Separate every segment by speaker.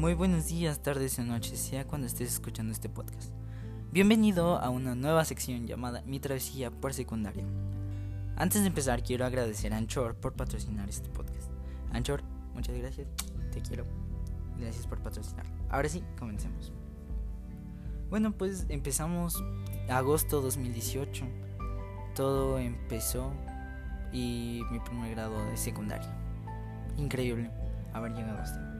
Speaker 1: Muy buenos días, tardes o noches, sea cuando estés escuchando este podcast. Bienvenido a una nueva sección llamada Mi Travesía por Secundaria. Antes de empezar, quiero agradecer a Anchor por patrocinar este podcast. Anchor, muchas gracias, te quiero. Gracias por patrocinarlo. Ahora sí, comencemos. Bueno, pues empezamos agosto 2018. Todo empezó y mi primer grado de secundaria. Increíble haber llegado hasta ahí.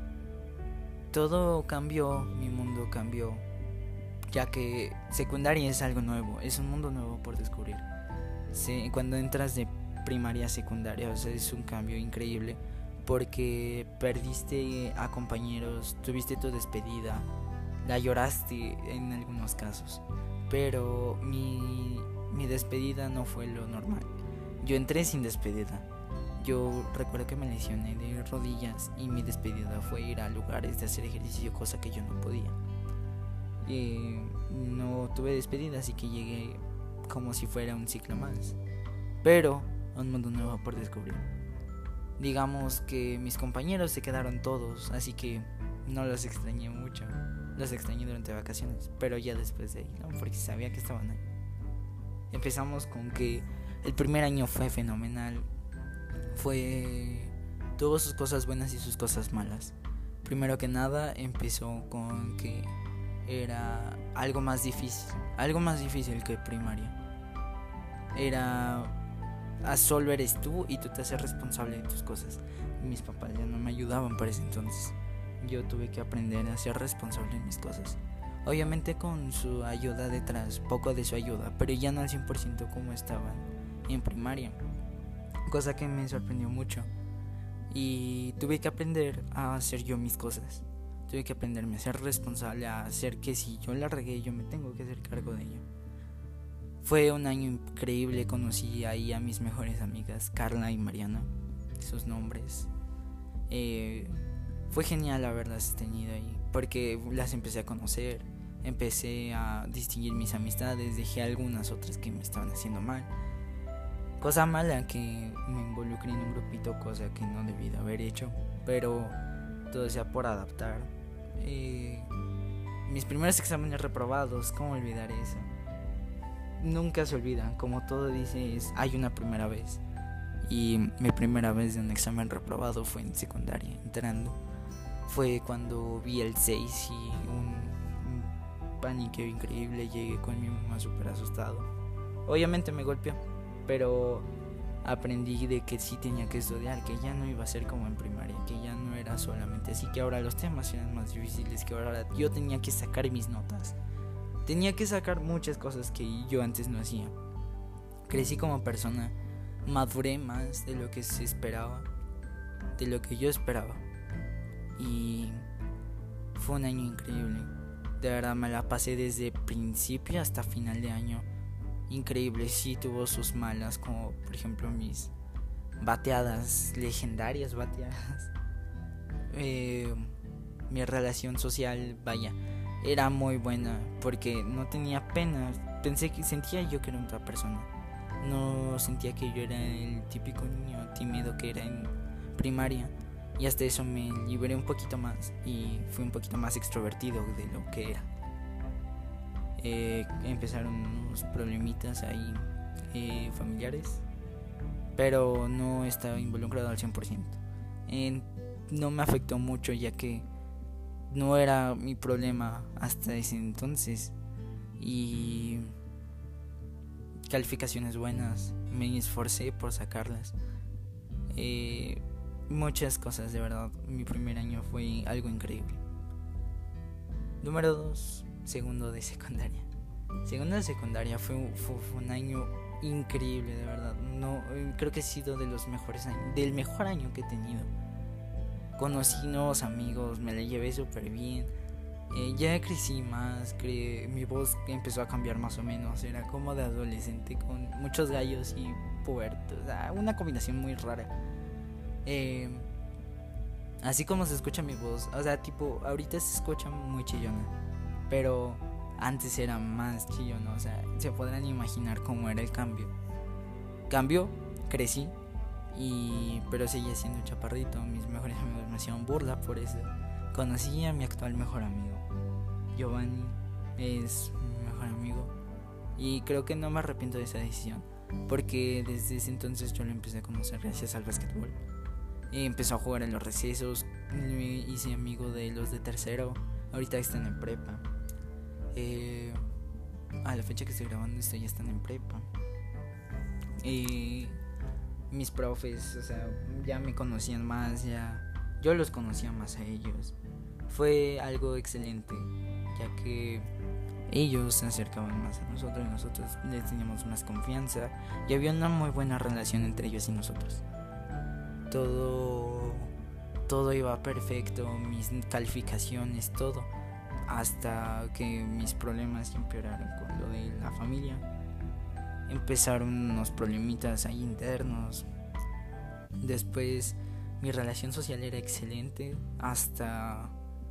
Speaker 1: Todo cambió, mi mundo cambió, ya que secundaria es algo nuevo, es un mundo nuevo por descubrir. Cuando entras de primaria a secundaria, o sea, es un cambio increíble, porque perdiste a compañeros, tuviste tu despedida, la lloraste en algunos casos, pero mi despedida no fue lo normal. Yo entré sin despedida. Yo recuerdo que me lesioné de rodillas y mi despedida fue ir a lugares de hacer ejercicio, cosa que yo no podía. No tuve despedida, así que llegué como si fuera un ciclo más, pero un mundo nuevo por descubrir. Digamos que mis compañeros se quedaron todos, así que no los extrañé mucho. Los extrañé durante vacaciones, pero ya después de ahí, ¿no? Porque sabía que estaban ahí. Empezamos con que el primer año fue fenomenal. Tuvo sus cosas buenas y sus cosas malas. Primero que nada empezó con que era algo más difícil que primaria. Era solo eres tú y tú te haces responsable de tus cosas. Mis papás ya no me ayudaban por ese entonces. Yo tuve que aprender a ser responsable de mis cosas. Obviamente con su ayuda detrás, poco de su ayuda, pero ya no al 100% como estaban en primaria. Cosa que me sorprendió mucho. Y tuve que aprender a hacer yo mis cosas. Tuve que aprenderme a ser responsable, a hacer que si yo la regué, yo me tengo que hacer cargo de ello. Fue un año increíble, conocí ahí a mis mejores amigas, Carla y Mariana, sus nombres. Fue genial haberlas tenido ahí, porque las empecé a conocer, empecé a distinguir mis amistades, dejé algunas otras que me estaban haciendo mal. Cosa mala que me involucré en un grupito, cosa que no debí de haber hecho, pero todo sea por adaptar. Mis primeros exámenes reprobados, ¿cómo olvidar eso? Nunca se olvidan, como todo dice, hay una primera vez. Y mi primera vez de un examen reprobado fue en secundaria, entrando. Fue cuando vi el 6 y un pánico increíble, llegué con mi mamá súper asustado. Obviamente me golpeó, pero aprendí de que sí tenía que estudiar, que ya no iba a ser como en primaria, que ya no era solamente así, que ahora los temas eran más difíciles, que ahora yo tenía que sacar mis notas, tenía que sacar muchas cosas que yo antes no hacía. Crecí como persona, maduré más de lo que se esperaba, de lo que yo esperaba, y fue un año increíble. De verdad me la pasé desde principio hasta final de año. Increíble, sí tuvo sus malas, como por ejemplo mis bateadas, legendarias bateadas. Mi relación social, vaya, era muy buena porque no tenía pena. Sentía yo que era otra persona. No sentía que yo era el típico niño tímido que era en primaria. Y hasta eso me liberé un poquito más y fui un poquito más extrovertido de lo que era. Empezaron unos problemitas ahí familiares, pero no estaba involucrado al 100%. No me afectó mucho, ya que no era mi problema hasta ese entonces. Y calificaciones buenas, me esforcé por sacarlas. Muchas cosas, de verdad. Mi primer año fue algo increíble. Número 2, segundo de secundaria. Segundo de secundaria fue un año increíble, de verdad. No, creo que ha sido de los mejores años, del mejor año que he tenido. Conocí nuevos amigos, me la llevé súper bien. Ya crecí más, mi voz empezó a cambiar más o menos. Era como de adolescente con muchos gallos y pubertos, una combinación muy rara. Así como se escucha mi voz, o sea, tipo, ahorita se escucha muy chillona, pero antes era más chillona, o sea, se podrán imaginar cómo era el cambio. Cambió, crecí, pero seguía siendo un chaparrito. Mis mejores amigos me hacían burla por eso, conocí a mi actual mejor amigo. Giovanni es mi mejor amigo y creo que no me arrepiento de esa decisión, porque desde ese entonces yo lo empecé a conocer gracias al básquetbol. Empezó a jugar en los recesos, me hice amigo de los de tercero, ahorita están en prepa. A la fecha que estoy grabando esto ya están en prepa. Mis profes, o sea, ya me conocían más, yo los conocía más a ellos. Fue algo excelente, ya que ellos se acercaban más a nosotros y nosotros les teníamos más confianza y había una muy buena relación entre ellos y nosotros. Todo iba perfecto, mis calificaciones, todo, hasta que mis problemas empeoraron con lo de la familia. Empezaron unos problemitas ahí internos. Después mi relación social era excelente, hasta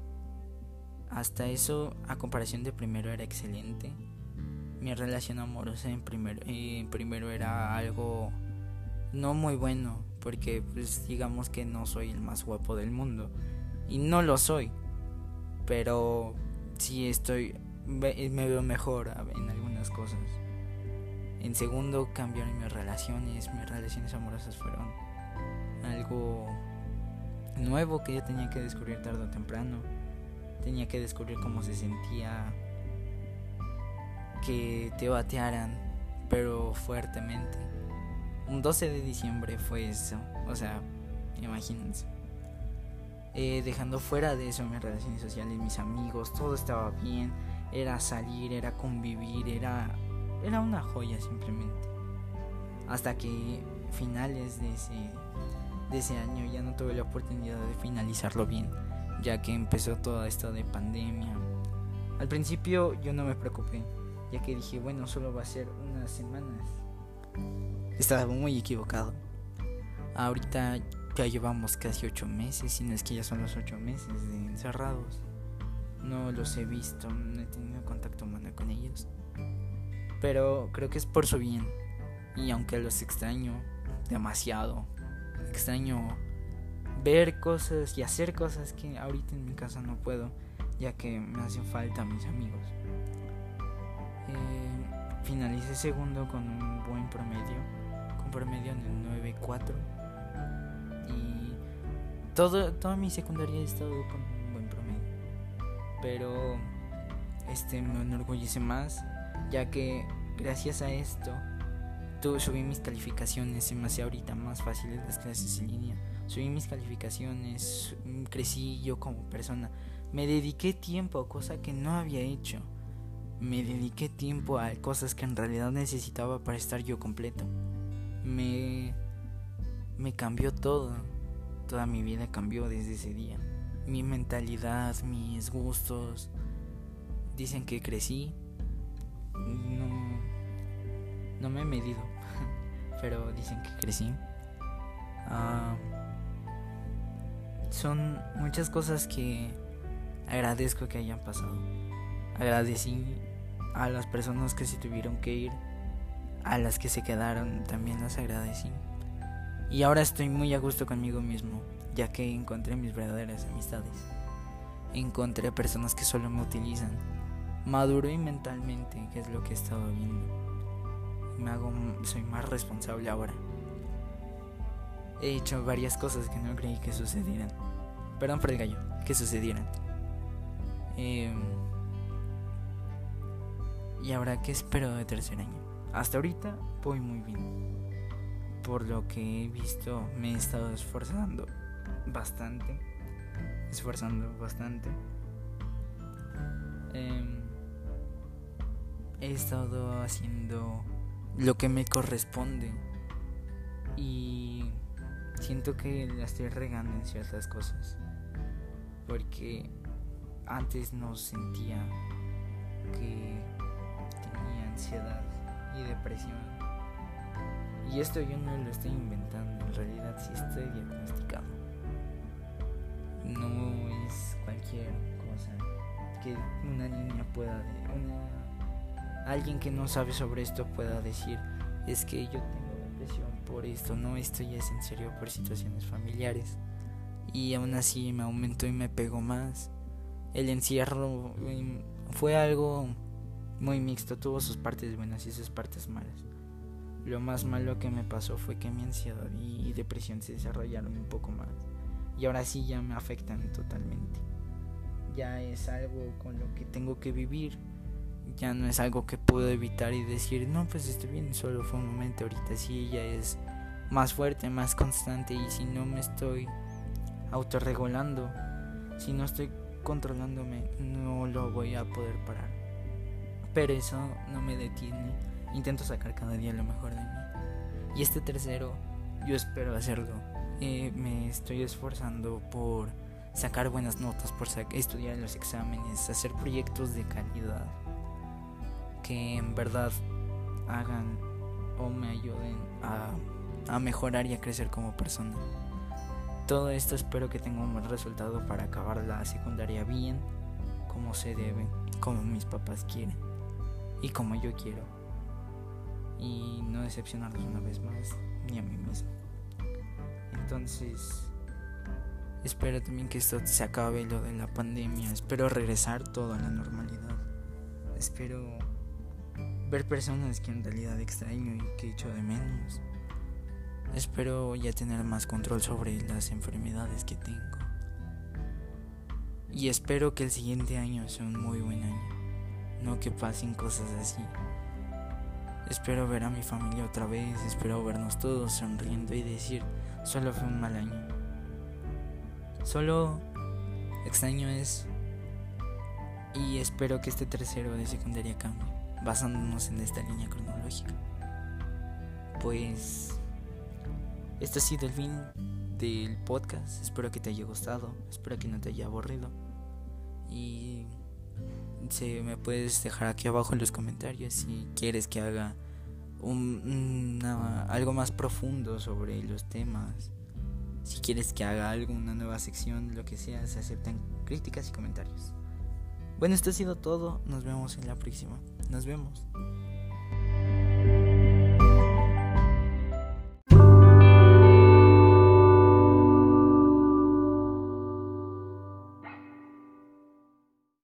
Speaker 1: eso, a comparación de primero, era excelente. Mi relación amorosa en primero era algo no muy bueno, porque pues digamos que no soy el más guapo del mundo y no lo soy, pero sí me veo mejor en algunas cosas. En segundo cambiaron mis relaciones amorosas fueron algo nuevo que yo tenía que descubrir tarde o temprano. Tenía que descubrir cómo se sentía que te batearan, pero fuertemente. Un 12 de diciembre fue eso, o sea, imagínense. Dejando fuera de eso mis relaciones sociales, mis amigos, todo estaba bien. Era salir, era convivir, era una joya simplemente. Hasta que finales de ese año ya no tuve la oportunidad de finalizarlo bien, ya que empezó todo esto de pandemia. Al principio yo no me preocupé, ya que dije, bueno, solo va a ser unas semanas. Estaba muy equivocado. Ahorita ya llevamos casi 8 meses, y no es que ya son los 8 meses de encerrados. No los he visto, no he tenido contacto humano con ellos, pero creo que es por su bien. Y aunque los extraño demasiado, extraño ver cosas y hacer cosas que ahorita en mi casa no puedo, ya que me hacen falta mis amigos. Finalicé segundo con un buen promedio, de 9.4, y toda mi secundaria he estado con un buen promedio, pero me enorgullece más, ya que gracias a esto subí mis calificaciones. Se me hace ahorita más fáciles las clases en línea. Subí mis calificaciones, crecí yo como persona. Me dediqué tiempo a cosas que no había hecho. Me dediqué tiempo a cosas que en realidad necesitaba para estar yo completo. Me cambió todo. Toda mi vida cambió desde ese día. Mi mentalidad, mis gustos. Dicen que crecí. No me he medido, pero dicen que crecí. Son muchas cosas que agradezco que hayan pasado. Agradecí a las personas que se tuvieron que ir, a las que se quedaron, también las agradecí. Y ahora estoy muy a gusto conmigo mismo, ya que encontré mis verdaderas amistades. Encontré personas que solo me utilizan. Maduré mentalmente, que es lo que he estado viendo. Soy más responsable ahora. He hecho varias cosas que no creí que sucedieran. Perdón por el gallo, que sucedieran. Y ahora, ¿qué espero de tercer año? Hasta ahorita voy muy bien. Por lo que he visto, me he estado esforzando bastante. He estado haciendo lo que me corresponde y siento que la estoy regando en ciertas cosas, porque antes no sentía que tenía ansiedad y depresión, y esto yo no lo estoy inventando, en realidad sí estoy diagnosticado. No es cualquier cosa que una niña alguien que no sabe sobre esto pueda decir, es que yo tengo depresión por esto. No, esto ya es en serio, por situaciones familiares. y aún así me aumentó y me pegó más. El encierro fue algo muy mixto, tuvo sus partes buenas y sus partes malas. Lo más malo que me pasó fue que mi ansiedad y depresión se desarrollaron un poco más, y ahora sí ya me afectan totalmente. Ya es algo con lo que tengo que vivir, ya no es algo que puedo evitar y decir no, pues estoy bien, solo fue un momento. Ahorita sí ya es más fuerte, más constante, y si no me estoy autorregulando, si no estoy controlándome, no lo voy a poder parar. Pero eso no me detiene, intento sacar cada día lo mejor de mí, y este tercero yo espero hacerlo. Me estoy esforzando por sacar buenas notas, por estudiar en los exámenes, hacer proyectos de calidad que en verdad hagan o me ayuden a mejorar y a crecer como persona. Todo esto espero que tenga un buen resultado para acabar la secundaria bien, como se debe, como mis papás quieren y como yo quiero, y no decepcionarlos una vez más, ni a mí mismo. Entonces espero también que esto se acabe, lo de la pandemia. Espero regresar todo a la normalidad. Espero ver personas que en realidad extraño y que echo de menos. Espero ya tener más control sobre las enfermedades que tengo. Y espero que el siguiente año sea un muy buen año, no que pasen cosas así. Espero ver a mi familia otra vez. Espero vernos todos sonriendo y decir, solo fue un mal año. Solo extraño es. Y espero que este tercero de secundaria cambie, basándonos en esta línea cronológica. Pues este ha sido el fin del podcast. Espero que te haya gustado, espero que no te haya aburrido. Y me puedes dejar aquí abajo en los comentarios si quieres que haga algo más profundo sobre los temas. Si quieres que haga una nueva sección, lo que sea, se aceptan críticas y comentarios. Bueno, esto ha sido todo. Nos vemos en la próxima. Nos vemos.